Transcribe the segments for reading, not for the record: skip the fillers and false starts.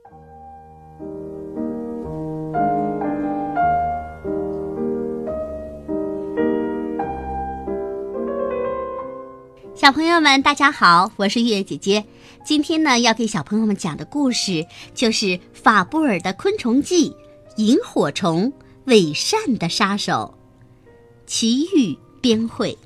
小朋友们大家好，我是月姐姐。今天呢要给小朋友们讲的故事就是法布尔的昆虫记，萤火虫，伪善的杀手。奇遇编绘。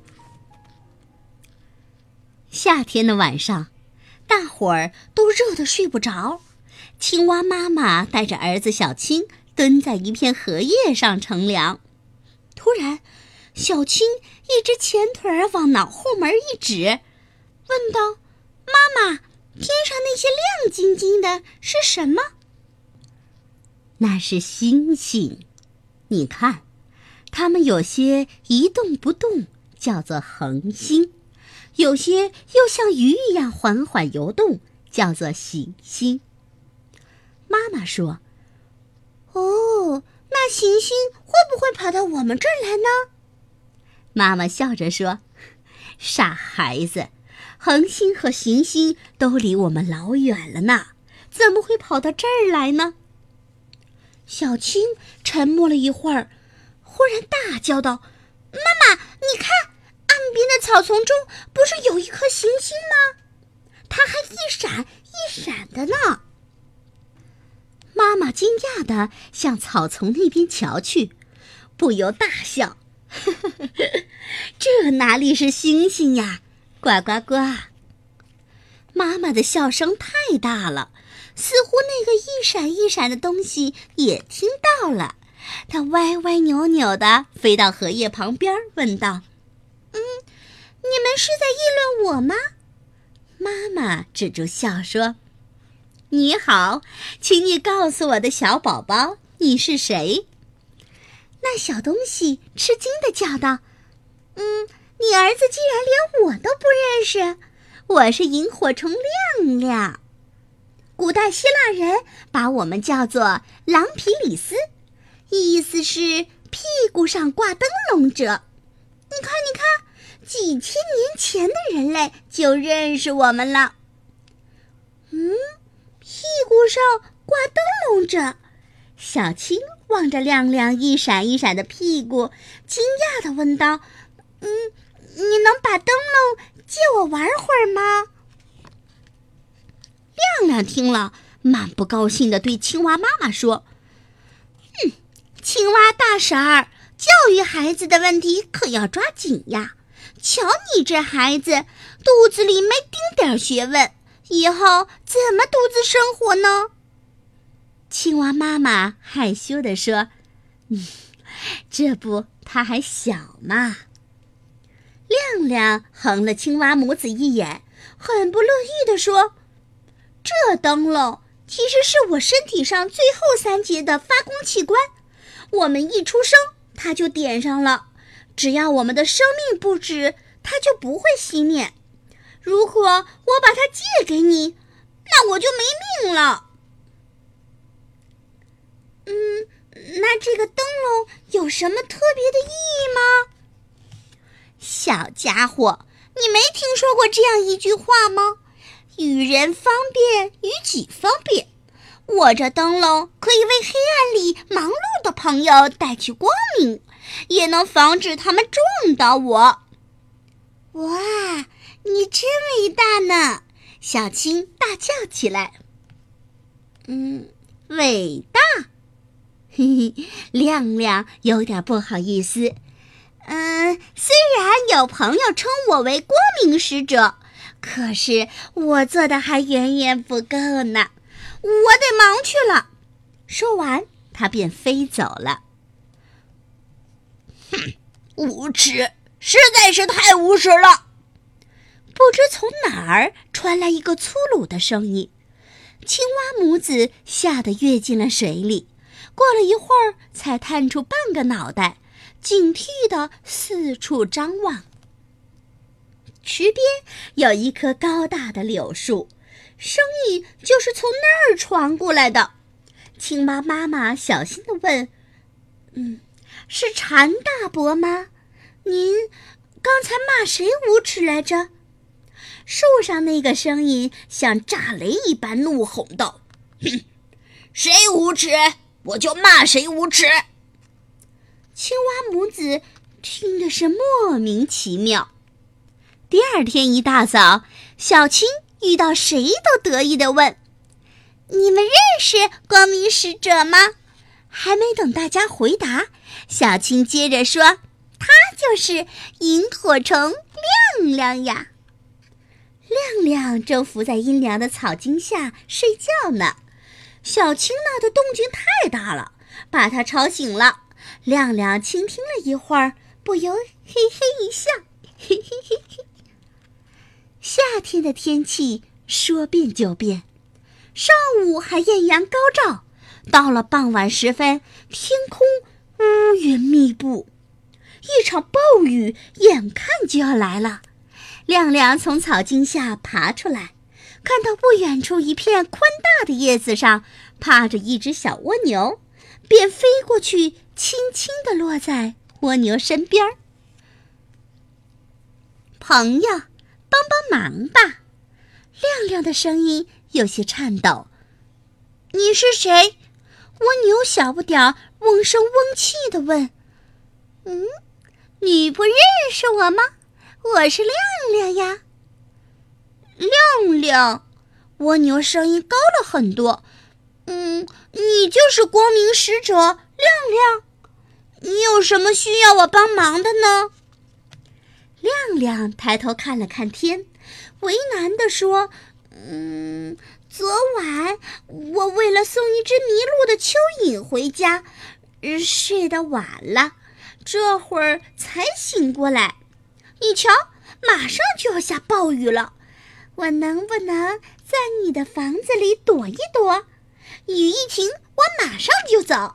夏天的晚上，大伙儿都热得睡不着。青蛙妈妈带着儿子小青蹲在一片荷叶上乘凉。突然，小青一只前腿儿往脑后门一指，问道：“妈妈，天上那些亮晶晶的是什么？”“那是星星，你看，它们有些一动不动，叫做恒星；有些又像鱼一样缓缓游动，叫做行星。”妈妈说：“哦，那行星会不会跑到我们这儿来呢？”妈妈笑着说：“傻孩子，恒星和行星都离我们老远了呢，怎么会跑到这儿来呢？”小青沉默了一会儿，忽然大叫道：“妈妈，你看，岸边的草丛中不是有一颗行星吗？它还一闪一闪的呢。”妈妈惊讶地向草丛那边瞧去，不由大笑：“这哪里是星星呀，呱呱呱！”妈妈的笑声太大了，似乎那个一闪一闪的东西也听到了。它歪歪扭扭地飞到荷叶旁边，问道：“你们是在议论我吗？”妈妈止住笑说：“你好，请你告诉我的小宝宝，你是谁？”那小东西吃惊地叫道：“你儿子竟然连我都不认识，我是萤火虫亮亮。古代希腊人把我们叫做狼皮里斯，意思是屁股上挂灯笼者。你看，几千年前的人类就认识我们了。”屁股上挂灯笼者，小青望着亮亮一闪一闪的屁股，惊讶地问道：“你能把灯笼借我玩会儿吗？”亮亮听了，满不高兴地对青蛙妈妈说：“青蛙大婶儿，教育孩子的问题可要抓紧呀！瞧你这孩子，肚子里没丁点学问，以后怎么独自生活呢？”青蛙妈妈害羞地说：“这不，他还小嘛。”亮亮横了青蛙母子一眼，很不乐意地说：“这灯笼其实是我身体上最后3节的发光器官，我们一出生它就点上了，只要我们的生命不止，它就不会熄灭。如果我把它借给你，那我就没命了。”那这个灯笼有什么特别的意义吗？小家伙，你没听说过这样一句话吗？与人方便，与己方便。我这灯笼可以为黑暗里忙碌的朋友带去光明，也能防止他们撞到我。哇，你真伟大呢！小青大叫起来。伟大？嘿嘿，亮亮有点不好意思。虽然有朋友称我为光明使者，可是我做的还远远不够呢，我得忙去了。说完，他便飞走了。无耻，实在是太无耻了！不知从哪儿传来一个粗鲁的声音，青蛙母子吓得跃进了水里，过了一会儿才探出半个脑袋，警惕地四处张望。池边有一棵高大的柳树，声音就是从那儿传过来的。青蛙妈妈小心地问：“是蝉大伯吗？您刚才骂谁无耻来着？”树上那个声音像炸雷一般怒吼道：“ 谁无耻，我就骂谁无耻。 青蛙母子听的是莫名其妙。第二天一大早，小青遇到谁都得意地问：“你们认识光明使者吗？”还没等大家回答，小青接着说：“他就是萤火虫亮亮呀。”亮亮正伏在阴凉的草茎下睡觉呢，小青闹的动静太大了，把他吵醒了。亮亮倾听了一会儿，不由嘿嘿一笑，嘿嘿嘿嘿。夏天的天气说变就变，上午还艳阳高照，到了傍晚时分，天空乌云密布，一场暴雨眼看就要来了。亮亮从草茎下爬出来，看到不远处一片宽大的叶子上趴着一只小蜗牛，便飞过去，轻轻地落在蜗牛身边。朋友，帮帮忙吧！亮亮的声音有些颤抖。你是谁？蜗牛小不点儿瓮声瓮气地问。你不认识我吗？我是亮亮呀。亮亮，蜗牛声音高了很多。你就是光明使者亮亮，你有什么需要我帮忙的呢？亮亮抬头看了看天，为难地说：昨晚我为了送一只迷路的蚯蚓回家，睡得晚了，这会儿才醒过来。你瞧，马上就要下暴雨了，我能不能在你的房子里躲一躲？雨一停，我马上就走。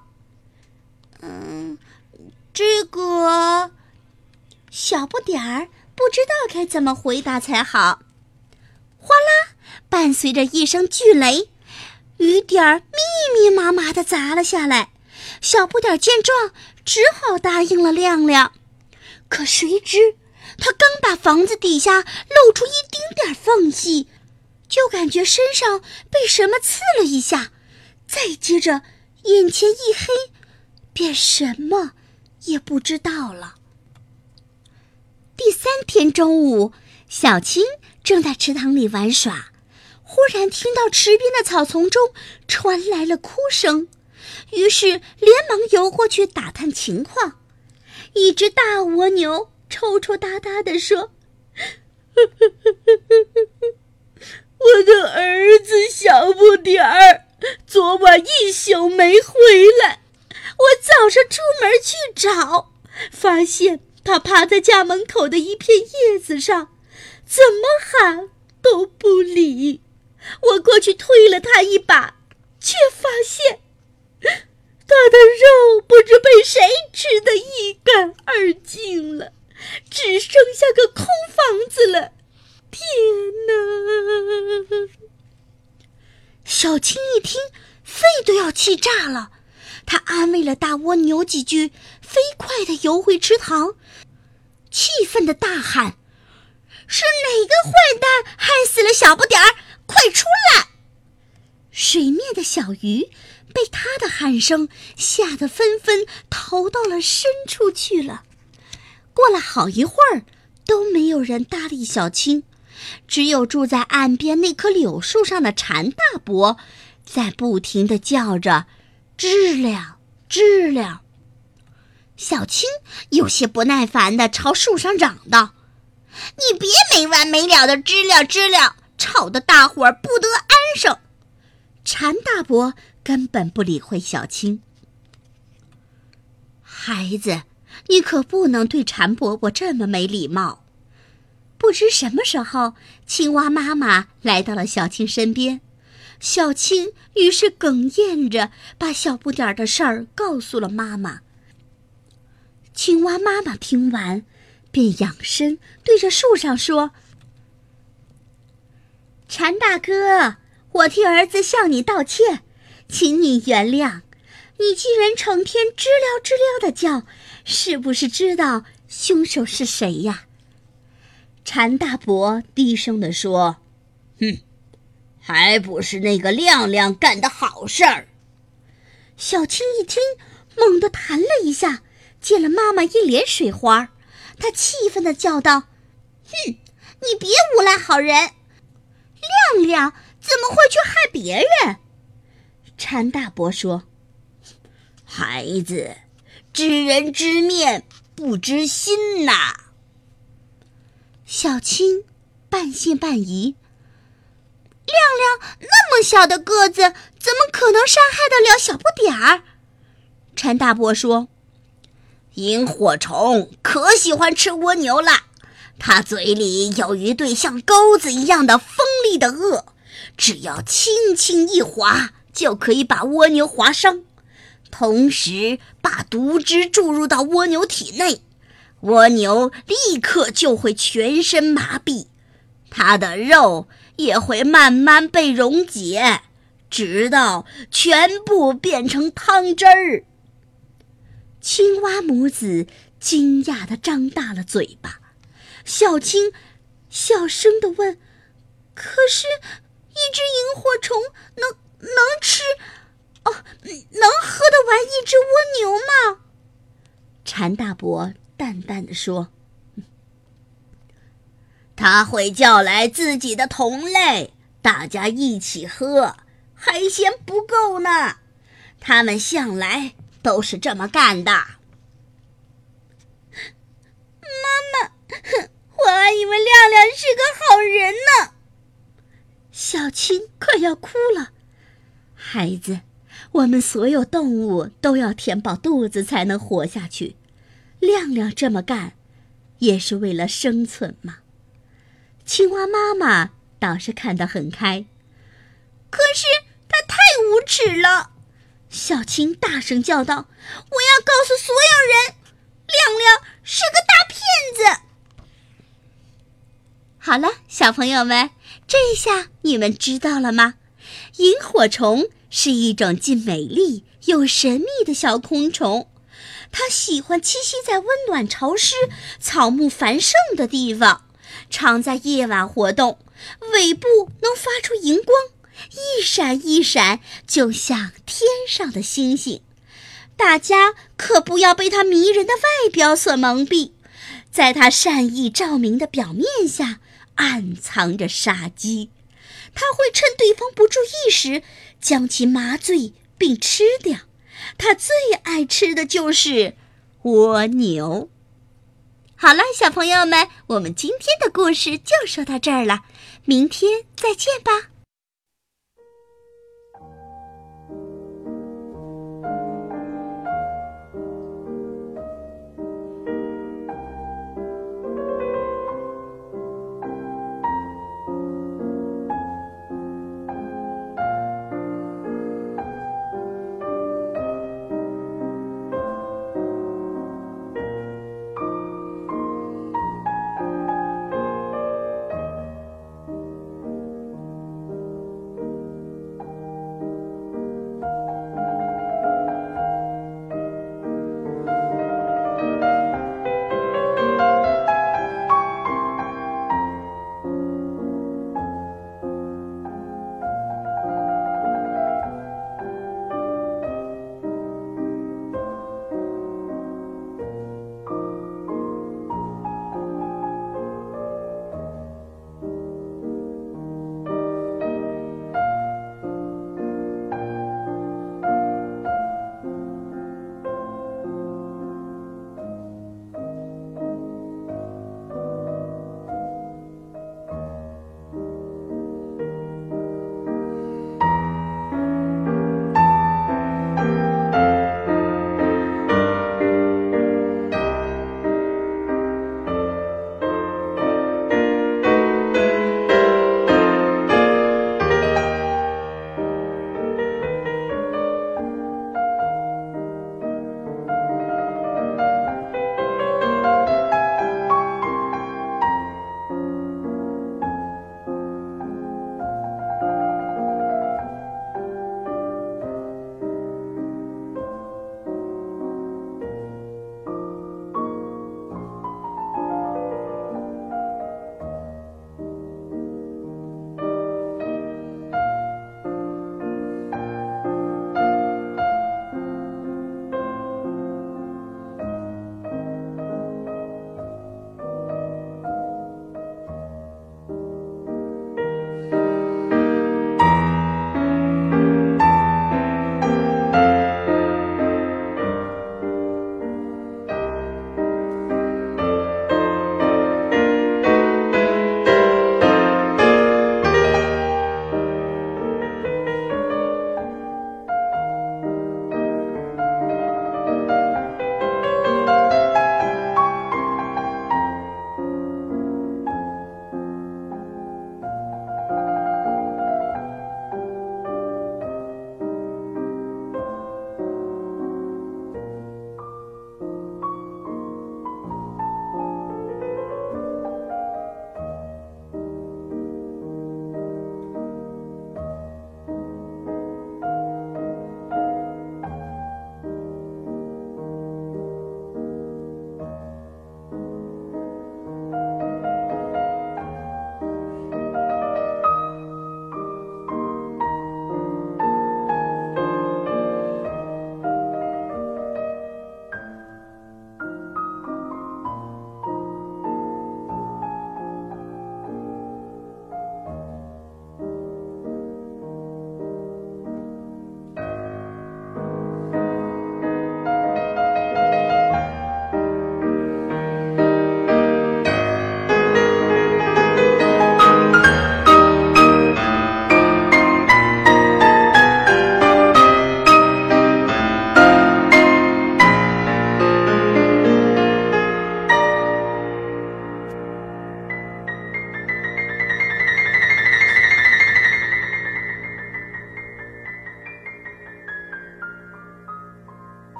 这个小不点儿不知道该怎么回答才好。哗啦，伴随着一声巨雷，雨点儿密密麻麻地砸了下来。小不点儿见状，只好答应了亮亮。可谁知他刚把房子底下露出一丁点缝隙，就感觉身上被什么刺了一下，再接着眼前一黑，便什么也不知道了。第3天中午，小青正在池塘里玩耍，忽然听到池边的草丛中传来了哭声，于是连忙游过去打探情况。一只大蜗牛抽抽搭搭地说：我的儿子小不点儿昨晚一宿没回来，我早上出门去找，发现他趴在家门口的一片叶子上，怎么喊都不理。我过去推了他一把，却发现他的肉不知被谁吃得一干二净了，只剩下个空房子了。天哪！小青一听，肺都要气炸了。他安慰了大蜗牛几句，飞快地游回池塘，气愤地大喊：是哪个坏蛋害死了小不点儿？快出来！水面的小鱼被他的喊声吓得纷纷逃到了深处去了。过了好一会儿，都没有人搭理小青，只有住在岸边那棵柳树上的蝉大伯在不停地叫着：知了，知了。小青有些不耐烦地朝树上嚷道：你别没完没了的知了知了，吵得大伙儿不得安生。蝉大伯根本不理会小青。孩子，你可不能对蝉伯伯这么没礼貌。不知什么时候，青蛙妈妈来到了小青身边，小青于是哽咽着把小不点儿的事儿告诉了妈妈。青蛙妈妈听完，便仰身对着树上说：蝉大哥，我替儿子向你道歉，请你原谅。你既然成天知了知了的叫，是不是知道凶手是谁呀？蝉大伯低声地说：还不是那个亮亮干的好事儿。 小青一听，猛地弹了一下，溅了妈妈一脸水花。她气愤地叫道：“哼，你别诬赖好人！亮亮怎么会去害别人？”禅大伯说：“ 孩子，知人知面不知心呐。” 小青半信半疑：“亮亮那么小的个子，怎么可能伤害得了小不点儿？”禅大伯说：“ 萤火虫可喜欢吃蜗牛了，它嘴里有一对像钩子一样的锋利的颚，只要轻轻一划，就可以把蜗牛划伤，同时把毒汁注入到蜗牛体内，蜗牛立刻就会全身麻痹，它的肉也会慢慢被溶解，直到全部变成汤汁儿。” 青蛙母子惊讶地张大了嘴巴。小青小声地问：“可是，一只萤火虫能吃，能喝得完一只蜗牛吗？”禅大伯淡淡地说：“ 他会叫来自己的同类，大家一起喝，还嫌不够呢。他们向来都是这么干的。” 妈妈，我还以为亮亮是个好人呢。小青快要哭了。孩子，我们所有动物都要填饱肚子才能活下去，亮亮这么干，也是为了生存嘛。青蛙妈妈倒是看得很开。可是他太无耻了！小青大声叫道：“我要告诉所有人，亮亮是个大骗子！”好了，小朋友们，这下你们知道了吗？萤火虫是一种既美丽又神秘的小昆虫，它喜欢栖息在温暖潮湿、草木繁盛的地方，常在夜晚活动，尾部能发出荧光，一闪一闪，就像天上的星星。大家可不要被它迷人的外表所蒙蔽，在它善意照明的表面下暗藏着杀机。它会趁对方不注意时将其麻醉并吃掉。它最爱吃的就是蜗牛。好了，小朋友们，我们今天的故事就说到这儿了，明天再见吧。